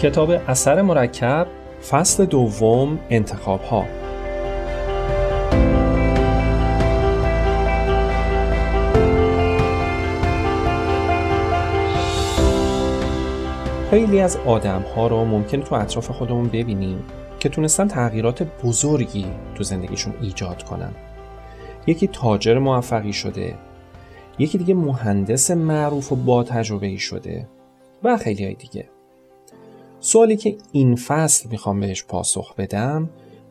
کتاب اثر مرکب، فصل دوم، انتخاب ها. خیلی از آدم ها رو ممکنه تو اطراف خودمون ببینیم که تونستن تغییرات بزرگی تو زندگیشون ایجاد کنن. یکی تاجر موفقی شده، یکی دیگه مهندس معروف و با تجربه‌ای شده و خیلی های دیگه. سوالی که این فصل میخوام بهش پاسخ بدم،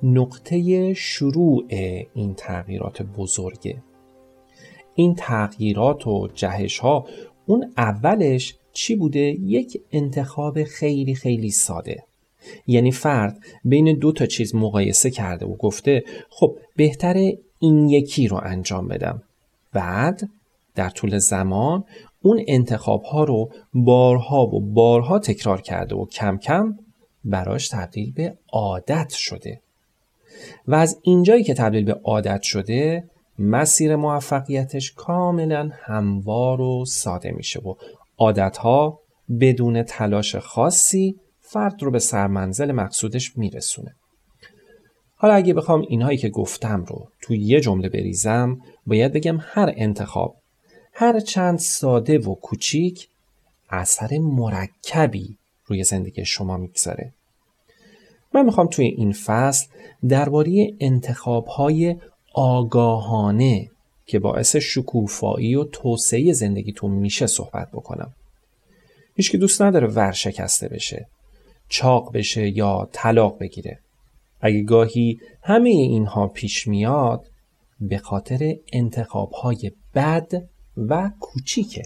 نقطه شروع این تغییرات بزرگه. این تغییرات و جهش ها اون اولش چی بوده؟ یک انتخاب خیلی خیلی ساده. یعنی فرد بین دو تا چیز مقایسه کرده و گفته خب بهتره این یکی رو انجام بدم. بعد در طول زمان اون انتخاب ها رو بارها و بارها تکرار کرده و کم کم براش تبدیل به عادت شده. و از اینجایی که تبدیل به عادت شده، مسیر موفقیتش کاملا هموار و ساده میشه و عادت ها بدون تلاش خاصی فرد رو به سرمنزل مقصودش میرسونه. حالا اگه بخوام اینهایی که گفتم رو توی یه جمله بریزم، باید بگم هر انتخاب، هر چند ساده و کوچیک، اثر مرکبی روی زندگی شما میگذاره. من میخوام توی این فصل درباره انتخاب‌های آگاهانه که باعث شکوفایی و توسعه زندگیتون میشه صحبت بکنم. هیچکی دوست نداره ورشکسته بشه، چاق بشه یا طلاق بگیره. اگه گاهی همه اینها پیش میاد، به خاطر انتخاب‌های بد و کوچیکه.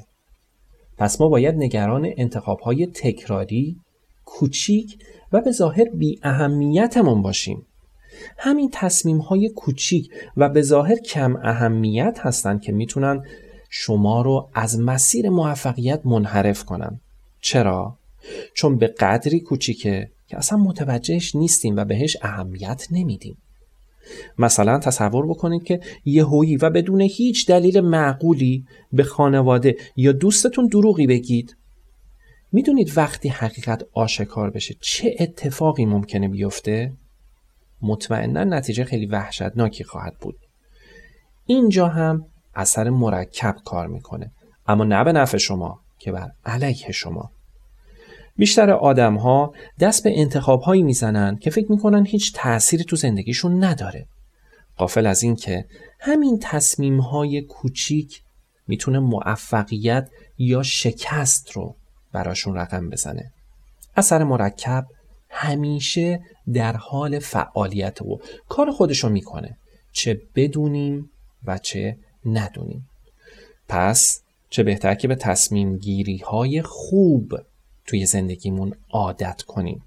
پس ما باید نگران انتخاب‌های تکراری، کوچیک و به ظاهر بی اهمیتمون باشیم. همین تصمیم‌های کوچیک و به ظاهر کم اهمیت هستن که میتونن شما رو از مسیر موفقیت منحرف کنن. چرا؟ چون به قدری کوچیکه که اصلا متوجهش نیستیم و بهش اهمیت نمیدیم. مثلا تصور بکنید که یهویی و بدون هیچ دلیل معقولی به خانواده یا دوستتون دروغی بگید. میدونید وقتی حقیقت آشکار بشه چه اتفاقی ممکنه بیفته؟ مطمئنا نتیجه خیلی وحشتناکی خواهد بود. اینجا هم اثر مرکب کار میکنه، اما نه به نفع شما که بر علیه شما. بیشتر آدم ها دست به انتخاب هایی میزنن که فکر میکنن هیچ تأثیری تو زندگیشون نداره، غافل از این که همین تصمیم های کوچیک میتونه موفقیت یا شکست رو براشون رقم بزنه. اثر مرکب همیشه در حال فعالیت و کار خودشو میکنه، چه بدونیم و چه ندونیم. پس چه بهتر که به تصمیم گیری های خوب توی زندگیمون عادت کنیم.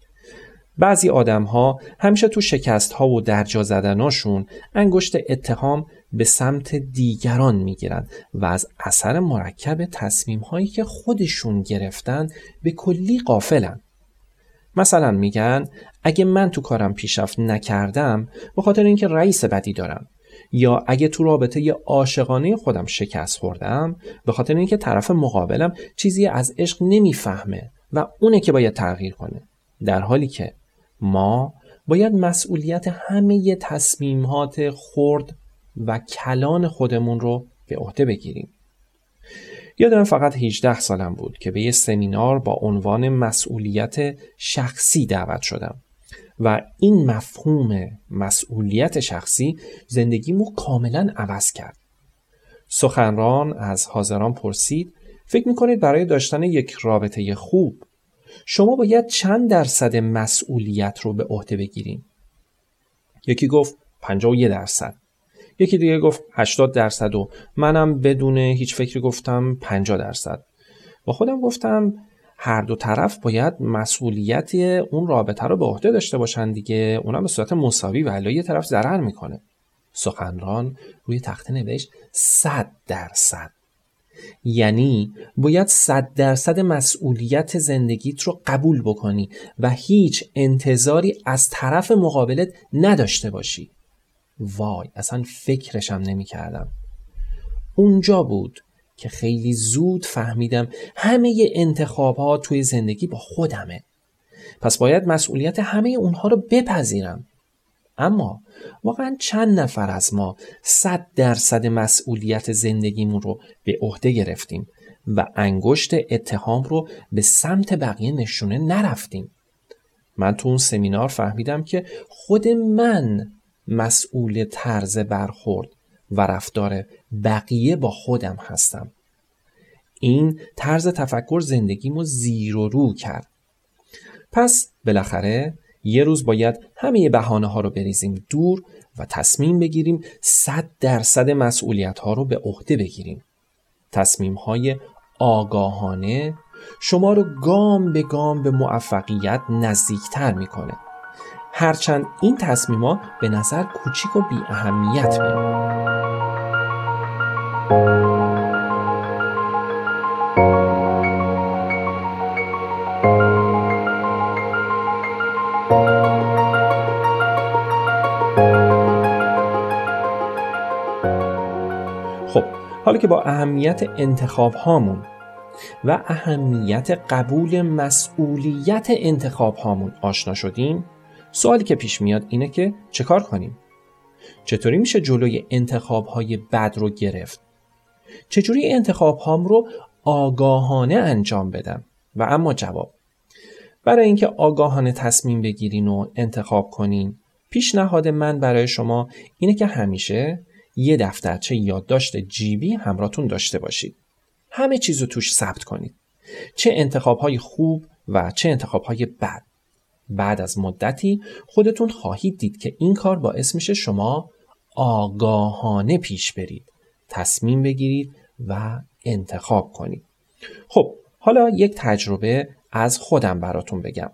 بعضی آدم ها همیشه تو شکست ها و درجا زدناشون انگشت اتهام به سمت دیگران میگیرن و از اثر مرکب تصمیم هایی که خودشون گرفتن به کلی غافلن. مثلا میگن اگه من تو کارم پیشرفت نکردم به خاطر اینکه رئیس بدی دارم، یا اگه تو رابطه عاشقانه خودم شکست خوردم به خاطر اینکه طرف مقابلم چیزی از عشق نمیفهمه و اونه که باید تغییر کنه. در حالی که ما باید مسئولیت همه تصمیمات خرد و کلان خودمون رو به عهده بگیریم. یادم فقط 18 سالم بود که به یه سمینار با عنوان مسئولیت شخصی دعوت شدم و این مفهوم مسئولیت شخصی زندگیمو کاملا عوض کرد. سخنران از حاضران پرسید فکر میکنید برای داشتن یک رابطه خوب شما باید چند درصد مسئولیت رو به عهده بگیرین؟ یکی گفت 51%، یکی دیگه گفت 80% و منم بدون هیچ فکری گفتم 50%. با خودم گفتم هر دو طرف باید مسئولیت اون رابطه رو به عهده داشته باشن دیگه، اونم به صورت مساوی و الا یه طرف ضرر میکنه. سخنران روی تخته نوشت 100%. یعنی باید 100% مسئولیت زندگیت رو قبول بکنی و هیچ انتظاری از طرف مقابلت نداشته باشی. وای، اصلا فکرشم نمی کردم. اونجا بود که خیلی زود فهمیدم همه انتخابات توی زندگی با خودمه. پس باید مسئولیت همه اونها رو بپذیرم. اما واقعا چند نفر از ما 100% مسئولیت زندگیمون رو به عهده گرفتیم و انگشت اتهام رو به سمت بقیه نشونه نرفتیم؟ من تو اون سمینار فهمیدم که خود من مسئول طرز برخورد و رفتار بقیه با خودم هستم. این طرز تفکر زندگیمو زیر و رو کرد. پس بالاخره یه روز باید همه بهانه ها رو بریزیم دور و تصمیم بگیریم 100% مسئولیت ها رو به عهده بگیریم. تصمیم های آگاهانه شما رو گام به گام به موفقیت نزدیکتر میکنه، هرچند این تصمیم‌ها به نظر کوچیک و بی اهمیت میاد. خب حالا که با اهمیت انتخاب هامون و اهمیت قبول مسئولیت انتخاب هامون آشنا شدیم، سوالی که پیش میاد اینه که چه کار کنیم؟ چطوری میشه جلوی انتخاب های بد رو گرفت؟ چجوری انتخاب هام رو آگاهانه انجام بدم؟ و اما جواب: برای اینکه آگاهانه تصمیم بگیرین و انتخاب کنین، پیشنهاد من برای شما اینه که همیشه یه دفترچه یادداشت جیبی همراهتون داشته باشید. همه چیزو توش ثبت کنید، چه انتخاب‌های خوب و چه انتخاب‌های بد. بعد از مدتی خودتون خواهید دید که این کار باعث میشه شما آگاهانه پیش برید، تصمیم بگیرید و انتخاب کنید. خب حالا یک تجربه از خودم براتون بگم.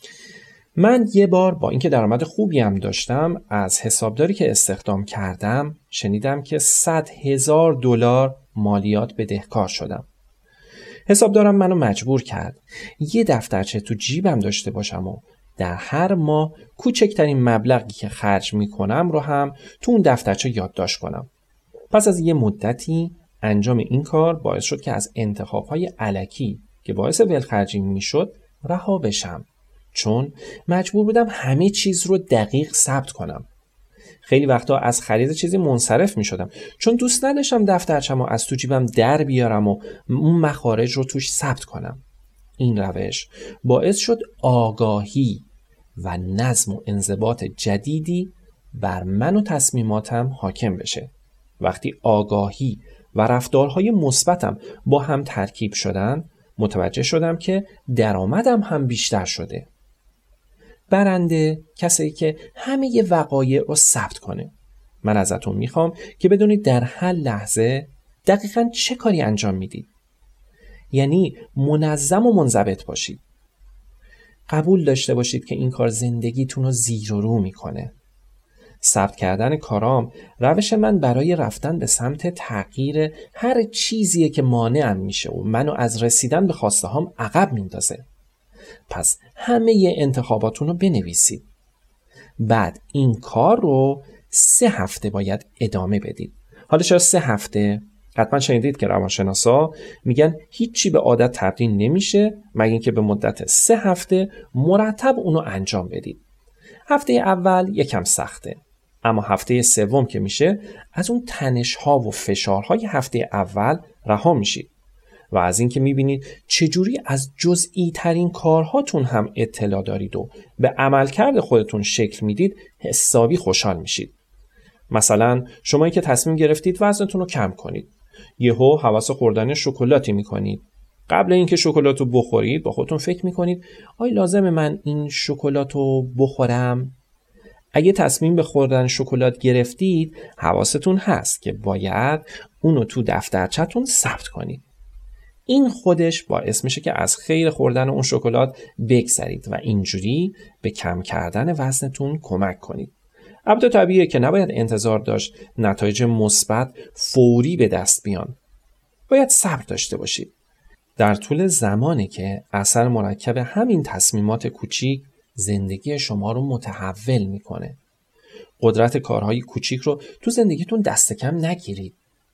من یه بار با اینکه درآمد خوبی هم داشتم، از حسابداری که استخدام کردم شنیدم که $100,000 مالیات بدهکار شدم. حسابدارم منو مجبور کرد یه دفترچه تو جیبم داشته باشم و در هر ماه کوچکترین مبلغی که خرج میکنم رو هم تو اون دفترچه یادداشت کنم. پس از یه مدتی انجام این کار باعث شد که از انتخاب‌های الکی که باعث ولخرجی میشد رها بشم، چون مجبور بودم همه چیز رو دقیق ثبت کنم. خیلی وقتا از خرید چیزی منصرف می شدم چون دوست نداشتم دفترچه‌مو از تو جیبم در بیارم و اون مخارج رو توش ثبت کنم. این روش باعث شد آگاهی و نظم و انضباط جدیدی بر من و تصمیماتم حاکم بشه. وقتی آگاهی و رفتارهای مثبتم با هم ترکیب شدن، متوجه شدم که درآمدم هم بیشتر شده. برنده کسی که همه ی وقایع رو ثبت کنه. من ازتون میخوام که بدونید در هر لحظه دقیقاً چه کاری انجام میدید. یعنی منظم و منضبط باشید. قبول داشته باشید که این کار زندگیتون رو زیر و رو میکنه. ثبت کردن کارام روش من برای رفتن به سمت تغییر هر چیزیه که مانعم میشه و منو از رسیدن به خواسته هام عقب میندازه. پس همه انتخاباتون رو بنویسید. بعد این کار رو 3 هفته باید ادامه بدید. حالا چرا 3 هفته؟ حتما شنیدید که روانشناسا میگن هیچی به عادت تبدیل نمیشه مگر اینکه به مدت 3 هفته مرتب اونو انجام بدید. هفته اول یکم سخته، اما هفته سوم که میشه از اون تنش‌ها و فشارهای هفته اول رها میشید و از اینکه میبینید چجوری از جزئی ترین کارهاتون هم اطلاع دارید و به عملکرد خودتون شکل میدید حسابی خوشحال میشید. مثلا شمایی که تصمیم گرفتید وزنتون رو کم کنید، یهو هوس خوردن شکلاتی میکنید. قبل اینکه شکلات رو بخورید با خودتون فکر میکنید آیا لازمه من این شکلات رو بخورم؟ اگه تصمیم به خوردن شکلات گرفتید حواستون هست که باید اونو تو دفترچه‌تون ثبت کنید. این خودش باعث میشه که از خیر خوردن اون شکلات بگذرید و اینجوری به کم کردن وزنتون کمک کنید. البته طبیعیه که نباید انتظار داشت نتایج مثبت فوری به دست بیان. باید صبر داشته باشید. در طول زمانی که اثر مرکب همین تصمیمات کوچیک زندگی شما رو متحول میکنه. قدرت کارهای کوچیک رو تو زندگیتون دست کم نگیرید.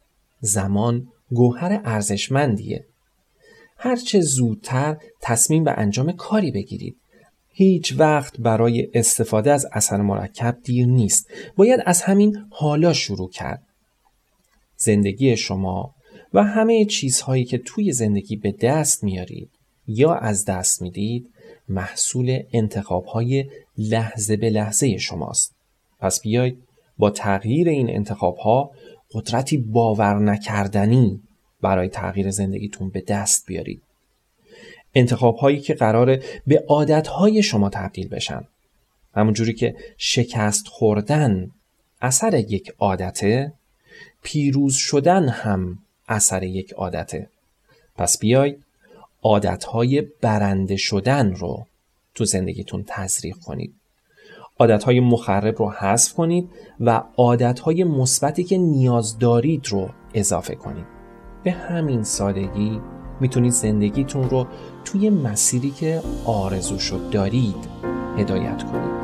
زمان گوهر ارزشمندیه. هرچه زودتر تصمیم به انجام کاری بگیرید، هیچ وقت برای استفاده از عسل مرکب دیر نیست. باید از همین حالا شروع کرد. زندگی شما و همه چیزهایی که توی زندگی به دست میارید یا از دست میدید محصول انتخاب‌های لحظه به لحظه شماست. پس بیایید با تغییر این انتخاب‌ها قدرتی باور نکردنی برای تغییر زندگیتون به دست بیارید. انتخاب‌هایی که قراره به عادت‌های شما تبدیل بشن. همونجوری که شکست خوردن اثر یک عادته، پیروز شدن هم اثر یک عادته. پس بیایید عادت‌های برنده شدن رو تو زندگیتون تزریق کنید. عادت‌های مخرب رو حذف کنید و عادت‌های مثبتی که نیاز دارید رو اضافه کنید. به همین سادگی میتونید زندگیتون رو توی مسیری که آرزوشو دارید هدایت کنید.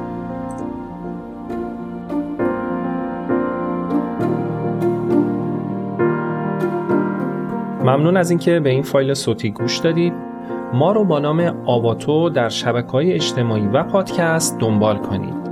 ممنون از اینکه به این فایل صوتی گوش دادید. ما رو با نام آواتو در شبکه‌های اجتماعی و پادکست دنبال کنید.